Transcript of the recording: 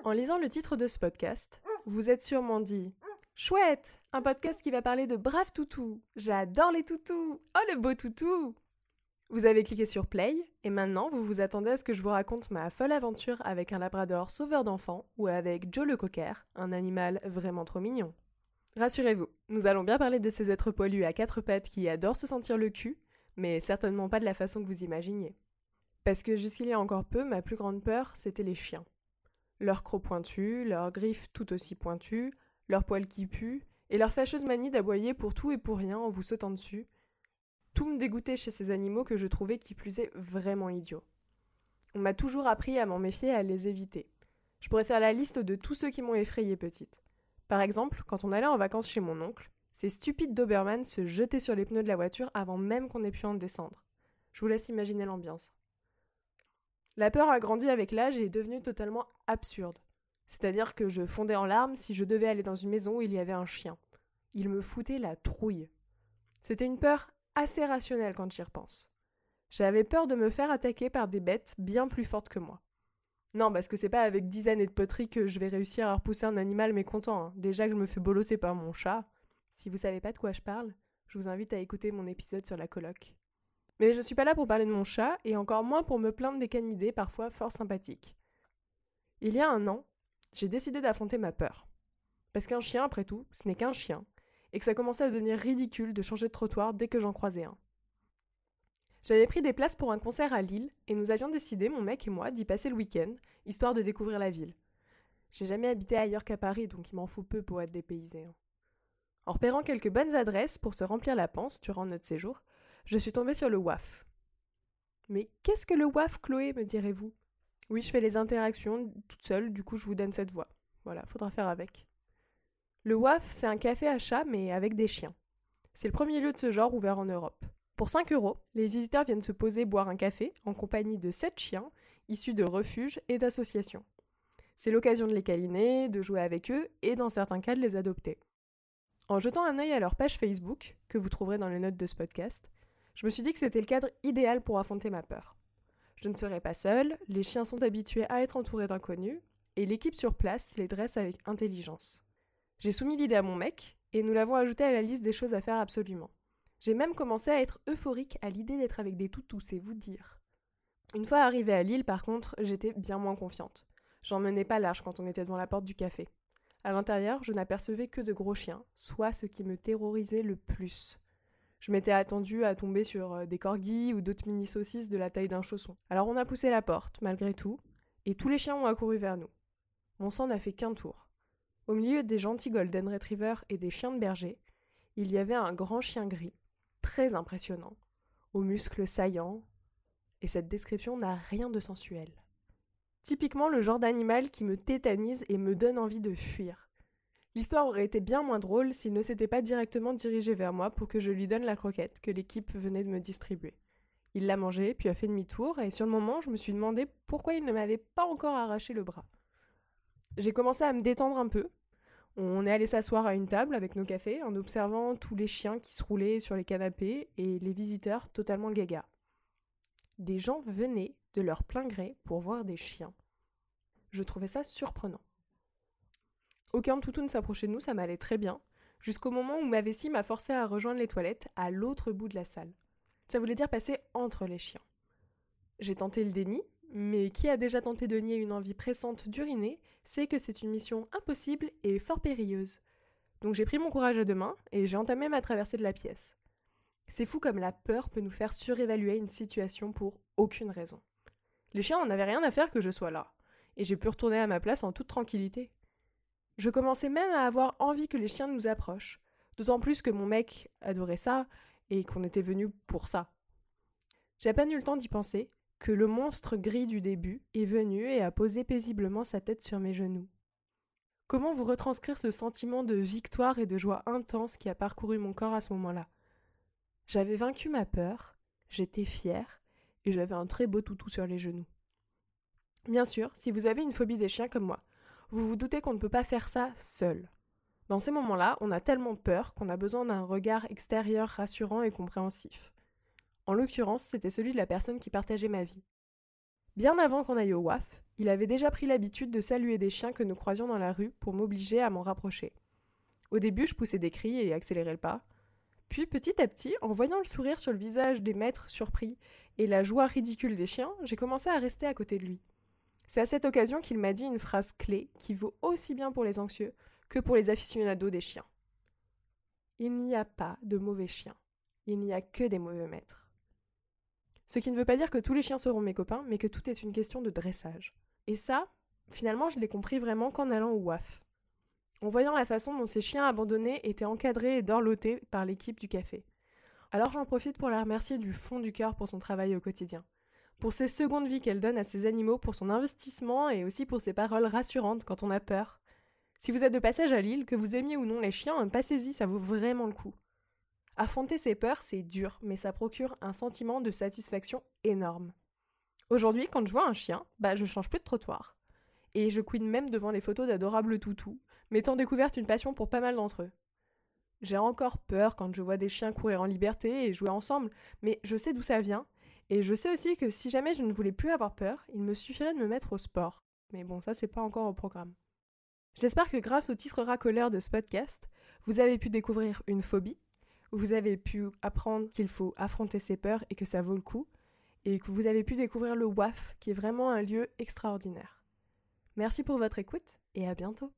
En lisant le titre de ce podcast, vous vous êtes sûrement dit « Chouette, un podcast qui va parler de braves toutous. J'adore les toutous. Oh le beau toutou !» Vous avez cliqué sur Play et maintenant vous vous attendez à ce que je vous raconte ma folle aventure avec un labrador sauveur d'enfants ou avec Joe le cocker, un animal vraiment trop mignon. Rassurez-vous, nous allons bien parler de ces êtres poilus à quatre pattes qui adorent se sentir le cul, mais certainement pas de la façon que vous imaginiez. Parce que jusqu'il y a encore peu, ma plus grande peur, c'était les chiens. Leurs crocs pointus, leurs griffes tout aussi pointues, leurs poils qui puent, et leur fâcheuse manie d'aboyer pour tout et pour rien en vous sautant dessus. Tout me dégoûtait chez ces animaux que je trouvais qui plus est vraiment idiots. On m'a toujours appris à m'en méfier et à les éviter. Je pourrais faire la liste de tous ceux qui m'ont effrayée petite. Par exemple, quand on allait en vacances chez mon oncle, ces stupides Doberman se jetaient sur les pneus de la voiture avant même qu'on ait pu en descendre. Je vous laisse imaginer l'ambiance. La peur a grandi avec l'âge et est devenue totalement absurde. C'est-à-dire que je fondais en larmes si je devais aller dans une maison où il y avait un chien. Il me foutait la trouille. C'était une peur assez rationnelle quand j'y repense. J'avais peur de me faire attaquer par des bêtes bien plus fortes que moi. Non, parce que c'est pas avec 10 années de poterie que je vais réussir à repousser un animal mécontent. Hein. Déjà que je me fais bolosser par mon chat. Si vous savez pas de quoi je parle, je vous invite à écouter mon épisode sur la coloc. Mais je suis pas là pour parler de mon chat, et encore moins pour me plaindre des canidés parfois fort sympathiques. Il y a 1 an, j'ai décidé d'affronter ma peur. Parce qu'un chien, après tout, ce n'est qu'un chien, et que ça commençait à devenir ridicule de changer de trottoir dès que j'en croisais un. J'avais pris des places pour un concert à Lille, et nous avions décidé, mon mec et moi, d'y passer le week-end, histoire de découvrir la ville. J'ai jamais habité ailleurs qu'à Paris, donc il m'en faut peu pour être dépaysé. Hein. En repérant quelques bonnes adresses pour se remplir la panse durant notre séjour, je suis tombée sur le WAF. Mais qu'est-ce que le WAF, Chloé, me direz-vous ? Oui, je fais les interactions toute seule, du coup je vous donne cette voix. Voilà, faudra faire avec. Le WAF, c'est un café à chat, mais avec des chiens. C'est le premier lieu de ce genre ouvert en Europe. Pour 5 €, les visiteurs viennent se poser boire un café en compagnie de 7 chiens, issus de refuges et d'associations. C'est l'occasion de les câliner, de jouer avec eux et dans certains cas de les adopter. En jetant un œil à leur page Facebook, que vous trouverez dans les notes de ce podcast, je me suis dit que c'était le cadre idéal pour affronter ma peur. Je ne serai pas seule, les chiens sont habitués à être entourés d'inconnus, et l'équipe sur place les dresse avec intelligence. J'ai soumis l'idée à mon mec, et nous l'avons ajouté à la liste des choses à faire absolument. J'ai même commencé à être euphorique à l'idée d'être avec des toutous, c'est vous dire. Une fois arrivée à Lille, par contre, j'étais bien moins confiante. J'en menais pas large quand on était devant la porte du café. À l'intérieur, je n'apercevais que de gros chiens, soit ce qui me terrorisait le plus. Je m'étais attendue à tomber sur des corgis ou d'autres mini-saucisses de la taille d'un chausson. Alors on a poussé la porte, malgré tout, et tous les chiens ont accouru vers nous. Mon sang n'a fait qu'un tour. Au milieu des gentils golden retrievers et des chiens de berger, il y avait un grand chien gris, très impressionnant, aux muscles saillants, et cette description n'a rien de sensuel. Typiquement le genre d'animal qui me tétanise et me donne envie de fuir. L'histoire aurait été bien moins drôle s'il ne s'était pas directement dirigé vers moi pour que je lui donne la croquette que l'équipe venait de me distribuer. Il l'a mangée, puis a fait demi-tour, et sur le moment, je me suis demandé pourquoi il ne m'avait pas encore arraché le bras. J'ai commencé à me détendre un peu. On est allé s'asseoir à une table avec nos cafés en observant tous les chiens qui se roulaient sur les canapés et les visiteurs totalement gaga. Des gens venaient de leur plein gré pour voir des chiens. Je trouvais ça surprenant. Aucun toutou ne s'approchait de nous, ça m'allait très bien, jusqu'au moment où ma vessie m'a forcé à rejoindre les toilettes à l'autre bout de la salle. Ça voulait dire passer entre les chiens. J'ai tenté le déni, mais qui a déjà tenté de nier une envie pressante d'uriner, sait que c'est une mission impossible et fort périlleuse. Donc j'ai pris mon courage à 2 mains et j'ai entamé ma traversée de la pièce. C'est fou comme la peur peut nous faire surévaluer une situation pour aucune raison. Les chiens n'en avaient rien à faire que je sois là, et j'ai pu retourner à ma place en toute tranquillité. Je commençais même à avoir envie que les chiens nous approchent, d'autant plus que mon mec adorait ça et qu'on était venu pour ça. J'ai à peine eu le temps d'y penser que le monstre gris du début est venu et a posé paisiblement sa tête sur mes genoux. Comment vous retranscrire ce sentiment de victoire et de joie intense qui a parcouru mon corps à ce moment-là ? J'avais vaincu ma peur, j'étais fière et j'avais un très beau toutou sur les genoux. Bien sûr, si vous avez une phobie des chiens comme moi, vous vous doutez qu'on ne peut pas faire ça seul. Dans ces moments-là, on a tellement peur qu'on a besoin d'un regard extérieur rassurant et compréhensif. En l'occurrence, c'était celui de la personne qui partageait ma vie. Bien avant qu'on aille au WAF, il avait déjà pris l'habitude de saluer des chiens que nous croisions dans la rue pour m'obliger à m'en rapprocher. Au début, je poussais des cris et accélérais le pas. Puis petit à petit, en voyant le sourire sur le visage des maîtres surpris et la joie ridicule des chiens, j'ai commencé à rester à côté de lui. C'est à cette occasion qu'il m'a dit une phrase clé qui vaut aussi bien pour les anxieux que pour les aficionados des chiens. Il n'y a pas de mauvais chiens, il n'y a que des mauvais maîtres. Ce qui ne veut pas dire que tous les chiens seront mes copains, mais que tout est une question de dressage. Et ça, finalement, je l'ai compris vraiment qu'en allant au WAF. En voyant la façon dont ces chiens abandonnés étaient encadrés et dorlotés par l'équipe du café. Alors j'en profite pour la remercier du fond du cœur pour son travail au quotidien. Pour ces secondes vies qu'elle donne à ses animaux, pour son investissement et aussi pour ses paroles rassurantes quand on a peur. Si vous êtes de passage à Lille, que vous aimiez ou non les chiens, passez-y, ça vaut vraiment le coup. Affronter ses peurs, c'est dur, mais ça procure un sentiment de satisfaction énorme. Aujourd'hui, quand je vois un chien, je change plus de trottoir. Et je couine même devant les photos d'adorables toutous, m'étant découverte une passion pour pas mal d'entre eux. J'ai encore peur quand je vois des chiens courir en liberté et jouer ensemble, mais je sais d'où ça vient, et je sais aussi que si jamais je ne voulais plus avoir peur, il me suffirait de me mettre au sport. Mais bon, ça c'est pas encore au programme. J'espère que grâce au titre racoleur de ce podcast, vous avez pu découvrir une phobie, vous avez pu apprendre qu'il faut affronter ses peurs et que ça vaut le coup, et que vous avez pu découvrir le WAF, qui est vraiment un lieu extraordinaire. Merci pour votre écoute, et à bientôt.